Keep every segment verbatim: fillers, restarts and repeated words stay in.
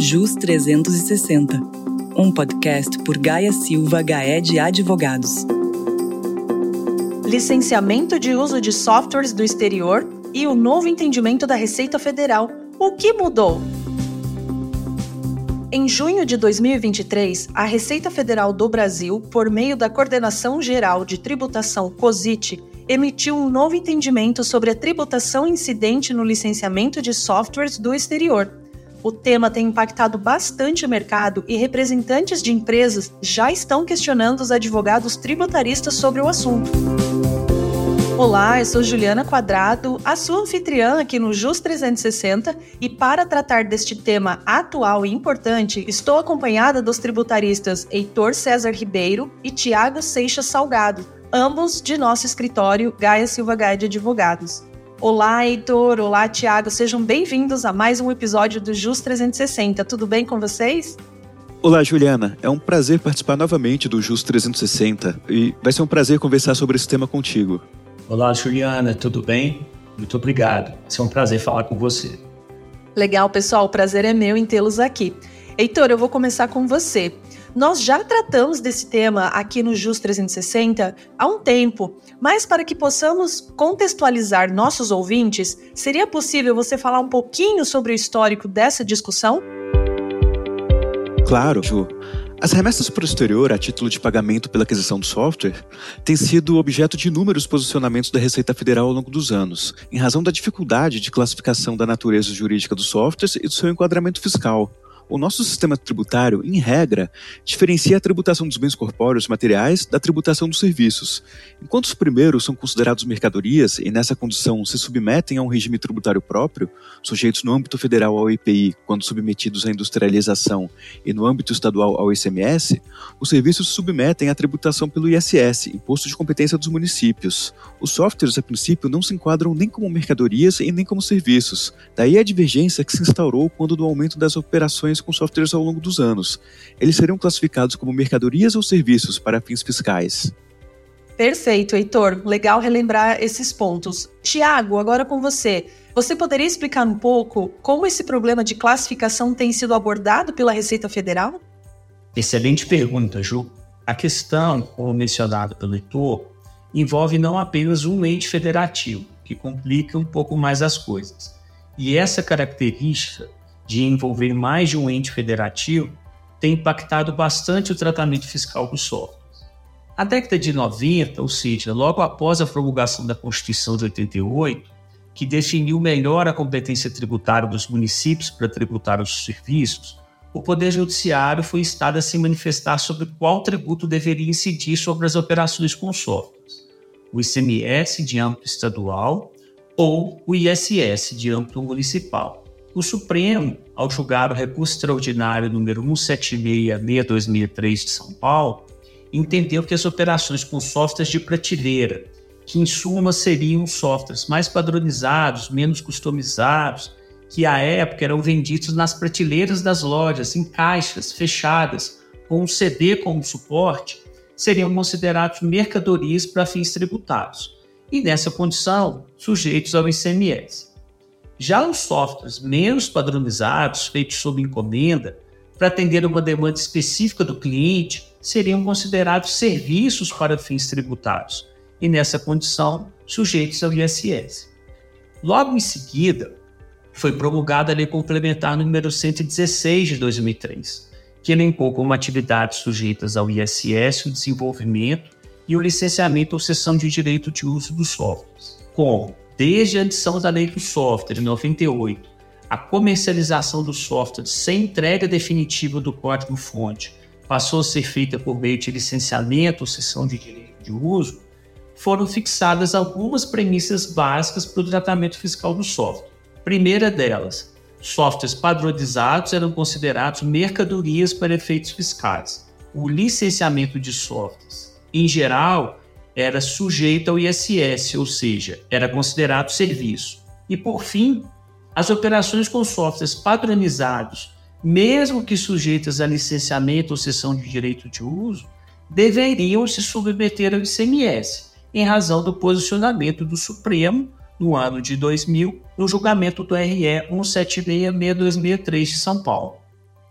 Jus trezentos e sessenta, um podcast por Gaia Silva Gaed Advogados. Licenciamento de uso de softwares do exterior e o novo entendimento da Receita Federal. O que mudou? Em junho de dois mil e vinte e três, a Receita Federal do Brasil, por meio da Coordenação Geral de Tributação COSIT, emitiu um novo entendimento sobre a tributação incidente no licenciamento de softwares do exterior. O tema tem impactado bastante o mercado e representantes de empresas já estão questionando os advogados tributaristas sobre o assunto. Olá, eu sou Juliana Quadrado, a sua anfitriã aqui no Jus trezentos e sessenta, e para tratar deste tema atual e importante, estou acompanhada dos tributaristas Heitor César Ribeiro e Tiago Seixas Salgado, ambos de nosso escritório Gaia Silva Gaed Advogados. Olá, Heitor, olá, Tiago, sejam bem-vindos a mais um episódio do Jus trezentos e sessenta, tudo bem com vocês? Olá, Juliana, é um prazer participar novamente do Jus trezentos e sessenta e vai ser um prazer conversar sobre esse tema contigo. Olá, Juliana, tudo bem? Muito obrigado. Vai ser um prazer falar com você. Legal, pessoal, o prazer é meu em tê-los aqui. Heitor, eu vou começar com você. Nós já tratamos desse tema aqui no Jus trezentos e sessenta há um tempo, mas para que possamos contextualizar nossos ouvintes, seria possível você falar um pouquinho sobre o histórico dessa discussão? Claro, Ju. As remessas para o exterior a título de pagamento pela aquisição do software têm sido objeto de inúmeros posicionamentos da Receita Federal ao longo dos anos, em razão da dificuldade de classificação da natureza jurídica dos softwares e do seu enquadramento fiscal. O nosso sistema tributário, em regra, diferencia a tributação dos bens corpóreos materiais da tributação dos serviços. Enquanto os primeiros são considerados mercadorias e, nessa condição, se submetem a um regime tributário próprio, sujeitos no âmbito federal ao I P I, quando submetidos à industrialização, e no âmbito estadual ao I C M S, os serviços se submetem à tributação pelo I S S, Imposto de Competência dos Municípios. Os softwares, a princípio, não se enquadram nem como mercadorias e nem como serviços. Daí a divergência que se instaurou quando do aumento das operações com softwares ao longo dos anos. Eles seriam classificados como mercadorias ou serviços para fins fiscais. Perfeito, Heitor. Legal relembrar esses pontos. Tiago, agora com você. Você poderia explicar um pouco como esse problema de classificação tem sido abordado pela Receita Federal? Excelente pergunta, Ju. A questão, como mencionado pelo Heitor, envolve não apenas um ente federativo, que complica um pouco mais as coisas. E essa característica de envolver mais de um ente federativo tem impactado bastante o tratamento fiscal dos softwares. A década de noventa, ou seja, logo após a promulgação da Constituição de oitenta e oito, que definiu melhor a competência tributária dos municípios para tributar os serviços, o Poder Judiciário foi instado a se manifestar sobre qual tributo deveria incidir sobre as operações com softwares: o I C M S de âmbito estadual ou o I S S de âmbito municipal. O Supremo, ao julgar o recurso extraordinário número cento e setenta e seis barra dois mil e três de São Paulo, entendeu que as operações com softwares de prateleira, que em suma seriam softwares mais padronizados, menos customizados, que à época eram vendidos nas prateleiras das lojas, em caixas fechadas, com um C D como suporte, seriam considerados mercadorias para fins tributários, e nessa condição, sujeitos ao I C M S. Já os softwares menos padronizados, feitos sob encomenda, para atender uma demanda específica do cliente, seriam considerados serviços para fins tributários e, nessa condição, sujeitos ao I S S. Logo em seguida, foi promulgada a Lei Complementar número cento e dezesseis de dois mil e três, que elencou como atividades sujeitas ao I S S o desenvolvimento e o licenciamento ou cessão de direito de uso dos softwares, como desde a adição da Lei do Software, em noventa e oito, a comercialização do software sem entrega definitiva do código-fonte passou a ser feita por meio de licenciamento ou cessão de direito de uso, foram fixadas algumas premissas básicas para o tratamento fiscal do software. Primeira delas, softwares padronizados eram considerados mercadorias para efeitos fiscais. O licenciamento de softwares, em geral, era sujeito ao I S S, ou seja, era considerado serviço. E, por fim, as operações com softwares padronizados, mesmo que sujeitas a licenciamento ou cessão de direito de uso, deveriam se submeter ao I C M S, em razão do posicionamento do Supremo, no ano de dois mil, no julgamento do R E cento e setenta e seis barra dois mil e três de São Paulo.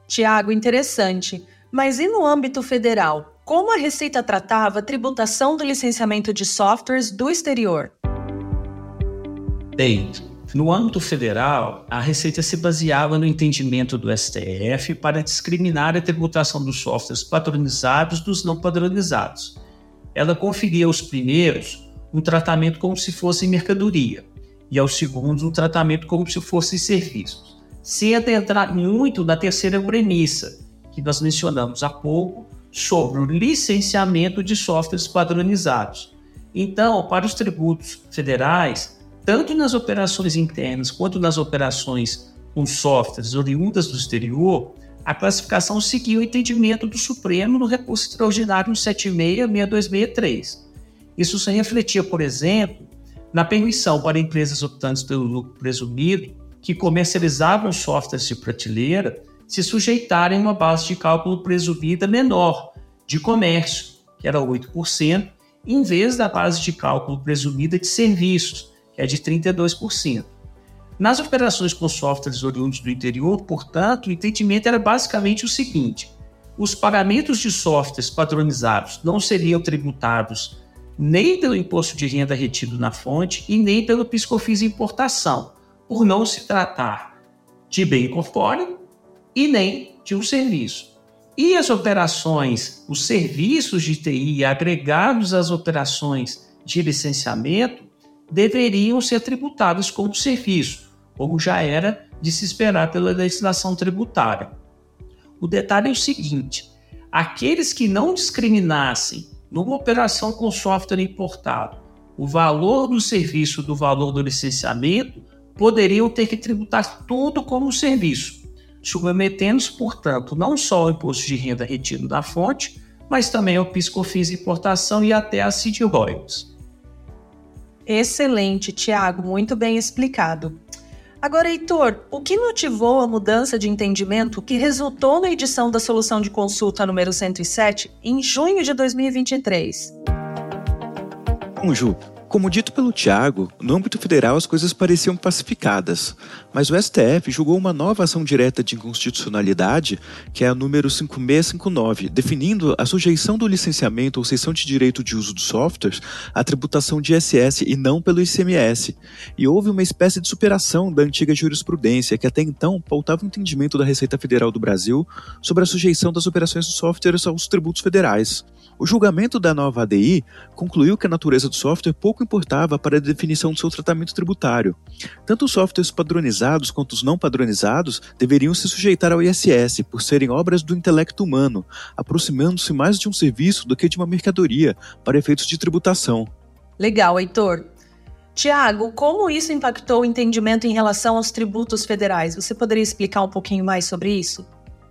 Tiago, interessante. Mas e no âmbito federal? Como a Receita tratava a tributação do licenciamento de softwares do exterior? Bem, no âmbito federal, a Receita se baseava no entendimento do S T F para discriminar a tributação dos softwares padronizados dos não padronizados. Ela conferia aos primeiros um tratamento como se fosse mercadoria e aos segundos um tratamento como se fossem serviços, sem adentrar muito na terceira premissa, que nós mencionamos há pouco, sobre o licenciamento de softwares padronizados. Então, para os tributos federais, tanto nas operações internas quanto nas operações com softwares oriundas do exterior, a classificação seguiu o entendimento do Supremo no recurso extraordinário cento e setenta e seis, seis dois seis três. Isso se refletia, por exemplo, na permissão para empresas optantes pelo lucro presumido que comercializavam softwares de prateleira se sujeitarem a uma base de cálculo presumida menor de comércio, que era oito por cento, em vez da base de cálculo presumida de serviços, que é de trinta e dois por cento. Nas operações com softwares oriundos do interior, portanto, o entendimento era basicamente o seguinte: os pagamentos de softwares padronizados não seriam tributados nem pelo imposto de renda retido na fonte e nem pelo PIS/COFINS importação, por não se tratar de bem corpóreo e nem de um serviço. E as operações, os serviços de T I agregados às operações de licenciamento deveriam ser tributados como serviço, como já era de se esperar pela legislação tributária. O detalhe é o seguinte: aqueles que não discriminassem numa operação com software importado o valor do serviço do valor do licenciamento poderiam ter que tributar tudo como serviço, submetendo-se, portanto, não só ao imposto de renda retido da fonte, mas também ao PIS/COFINS importação e até a C I D Royalties. Excelente, Tiago, muito bem explicado. Agora, Heitor, o que motivou a mudança de entendimento que resultou na edição da Solução de Consulta número cento e sete em junho de dois mil e vinte e três? Bom, Ju, como dito pelo Tiago, no âmbito federal as coisas pareciam pacificadas, mas o S T F julgou uma nova ação direta de inconstitucionalidade, que é a número cinco mil seiscentos e cinquenta e nove, definindo a sujeição do licenciamento ou cessão de direito de uso dos softwares à tributação de I S S e não pelo I C M S. E houve uma espécie de superação da antiga jurisprudência, que até então pautava o entendimento da Receita Federal do Brasil sobre a sujeição das operações de softwares aos tributos federais. O julgamento da nova A D I concluiu que a natureza do software pouco importava para a definição do seu tratamento tributário. Tanto os softwares padronizados quanto os não padronizados deveriam se sujeitar ao I S S, por serem obras do intelecto humano, aproximando-se mais de um serviço do que de uma mercadoria, para efeitos de tributação. Legal, Heitor. Tiago, como isso impactou o entendimento em relação aos tributos federais? Você poderia explicar um pouquinho mais sobre isso?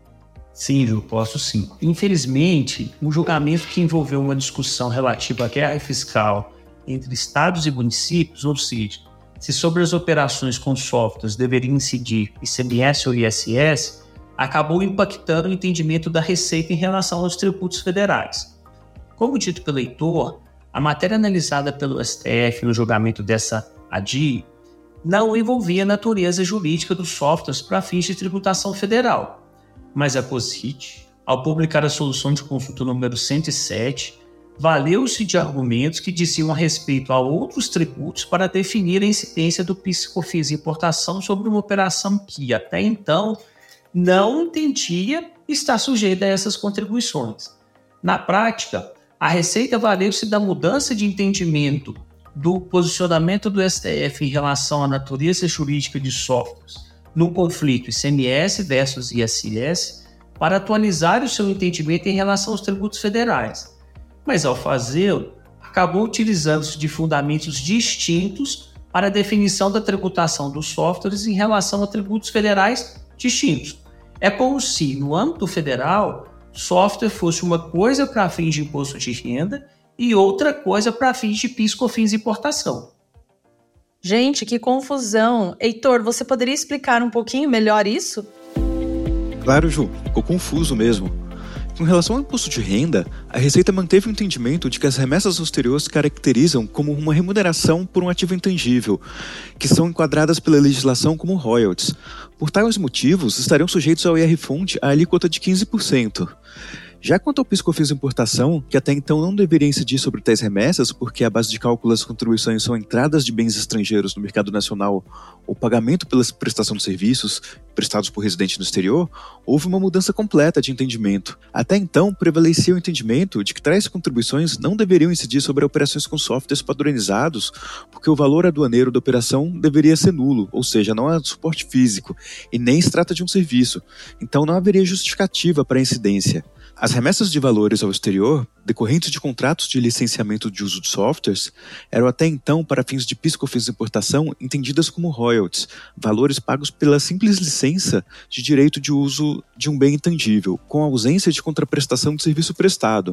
Sim, eu posso sim. Infelizmente, um julgamento que envolveu uma discussão relativa à guerra fiscal entre estados e municípios, ou seja, se sobre as operações com softwares deveriam incidir I C M S ou I S S, acabou impactando o entendimento da Receita em relação aos tributos federais. Como dito pelo Heitor, a matéria analisada pelo S T F no julgamento dessa A D I não envolvia a natureza jurídica dos softwares para fins de tributação federal. Mas a COSIT, ao publicar a solução de consulta número cento e sete, valeu-se de argumentos que diziam a respeito a outros tributos para definir a incidência do PIS/COFINS importação sobre uma operação que, até então, não entendia estar sujeita a essas contribuições. Na prática, a Receita valeu-se da mudança de entendimento do posicionamento do S T F em relação à natureza jurídica de softwares no conflito I C M S versus I S S para atualizar o seu entendimento em relação aos tributos federais. Mas, ao fazê-lo, acabou utilizando-se de fundamentos distintos para a definição da tributação dos softwares em relação a tributos federais distintos. É como se, no âmbito federal, software fosse uma coisa para fins de imposto de renda e outra coisa para fins de PIS/COFINS importação. Gente, que confusão! Heitor, você poderia explicar um pouquinho melhor isso? Claro, Ju, ficou confuso mesmo. Com relação ao imposto de renda, a Receita manteve o entendimento de que as remessas ao exterior se caracterizam como uma remuneração por um ativo intangível, que são enquadradas pela legislação como royalties. Por tais motivos, estariam sujeitos ao I R-Fonte à alíquota de quinze por cento. Já quanto ao PIS/COFINS importação, que até então não deveria incidir sobre tais remessas, porque a base de cálculo das contribuições são entradas de bens estrangeiros no mercado nacional ou pagamento pela prestação de serviços prestados por residente no exterior, houve uma mudança completa de entendimento. Até então, prevalecia o entendimento de que tais contribuições não deveriam incidir sobre operações com softwares padronizados, porque o valor aduaneiro da operação deveria ser nulo, ou seja, não há suporte físico, e nem se trata de um serviço, então não haveria justificativa para a incidência. As remessas de valores ao exterior, decorrentes de contratos de licenciamento de uso de softwares, eram até então, para fins de PIS/COFINS importação, entendidas como royalties, valores pagos pela simples licença de direito de uso de um bem intangível, com ausência de contraprestação de serviço prestado.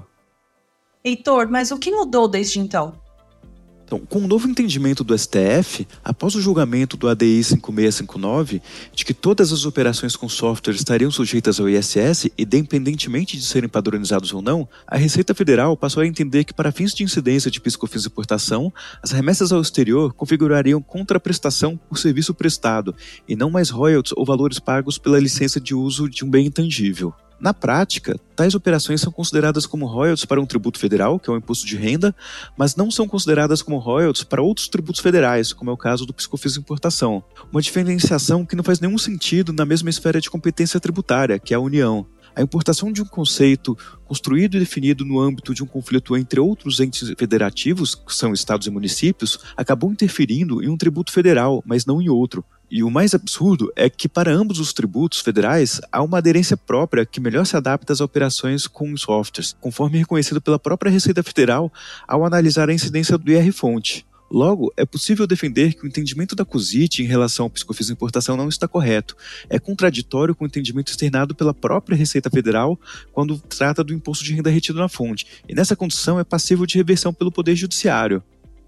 Heitor, mas o que mudou desde então? Então, com o novo entendimento do S T F, após o julgamento do A D I cinco seis cinco nove, de que todas as operações com software estariam sujeitas ao I S S, independentemente de serem padronizados ou não, a Receita Federal passou a entender que, para fins de incidência de PIS/COFINS importação, as remessas ao exterior configurariam contraprestação por serviço prestado, e não mais royalties ou valores pagos pela licença de uso de um bem intangível. Na prática, tais operações são consideradas como royalties para um tributo federal, que é o imposto de renda, mas não são consideradas como royalties para outros tributos federais, como é o caso do PIS/COFINS importação. Uma diferenciação que não faz nenhum sentido na mesma esfera de competência tributária, que é a União. A importação de um conceito construído e definido no âmbito de um conflito entre outros entes federativos, que são estados e municípios, acabou interferindo em um tributo federal, mas não em outro. E o mais absurdo é que, para ambos os tributos federais, há uma aderência própria que melhor se adapta às operações com softwares, conforme reconhecido pela própria Receita Federal ao analisar a incidência do I R-Fonte. Logo, é possível defender que o entendimento da COSIT em relação ao PIS/COFINS importação não está correto. É contraditório com o entendimento externado pela própria Receita Federal quando trata do imposto de renda retido na fonte, e nessa condição é passível de reversão pelo Poder Judiciário.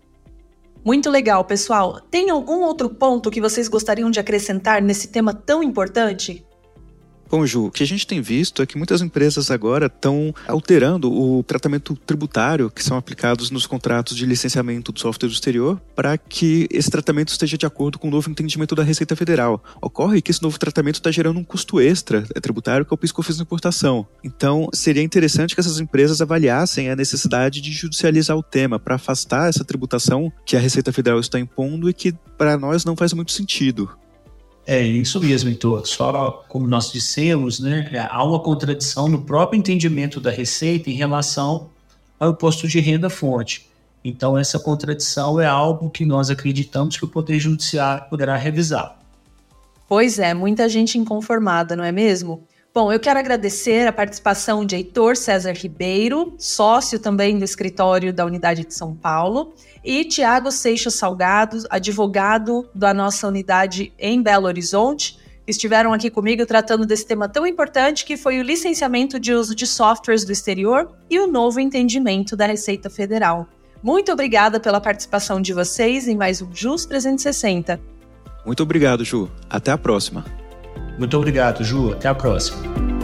Muito legal, pessoal. Tem algum outro ponto que vocês gostariam de acrescentar nesse tema tão importante? Bom, Ju, o que a gente tem visto é que muitas empresas agora estão alterando o tratamento tributário que são aplicados nos contratos de licenciamento de software do exterior para que esse tratamento esteja de acordo com o novo entendimento da Receita Federal. Ocorre que esse novo tratamento está gerando um custo extra tributário que é o PIS/COFINS importação. Então, seria interessante que essas empresas avaliassem a necessidade de judicializar o tema para afastar essa tributação que a Receita Federal está impondo e que para nós não faz muito sentido. É isso mesmo, Heitor. Só como nós dissemos, né, há uma contradição no próprio entendimento da Receita em relação ao imposto de renda fonte. Então, essa contradição é algo que nós acreditamos que o Poder Judiciário poderá revisar. Pois é, muita gente inconformada, não é mesmo? Bom, eu quero agradecer a participação de Heitor César Ribeiro, sócio também do escritório da Unidade de São Paulo, e Tiago Seixas Salgado, advogado da nossa unidade em Belo Horizonte, que estiveram aqui comigo tratando desse tema tão importante que foi o licenciamento de uso de softwares do exterior e o novo entendimento da Receita Federal. Muito obrigada pela participação de vocês em mais um Jus trezentos e sessenta. Muito obrigado, Ju. Até a próxima. Muito obrigado, Ju. Até a próxima.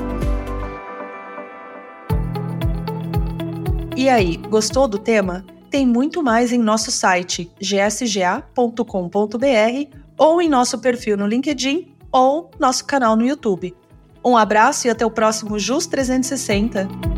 E aí, gostou do tema? Tem muito mais em nosso site g s g a ponto com ponto b r ou em nosso perfil no LinkedIn ou nosso canal no YouTube. Um abraço e até o próximo Jus trezentos e sessenta.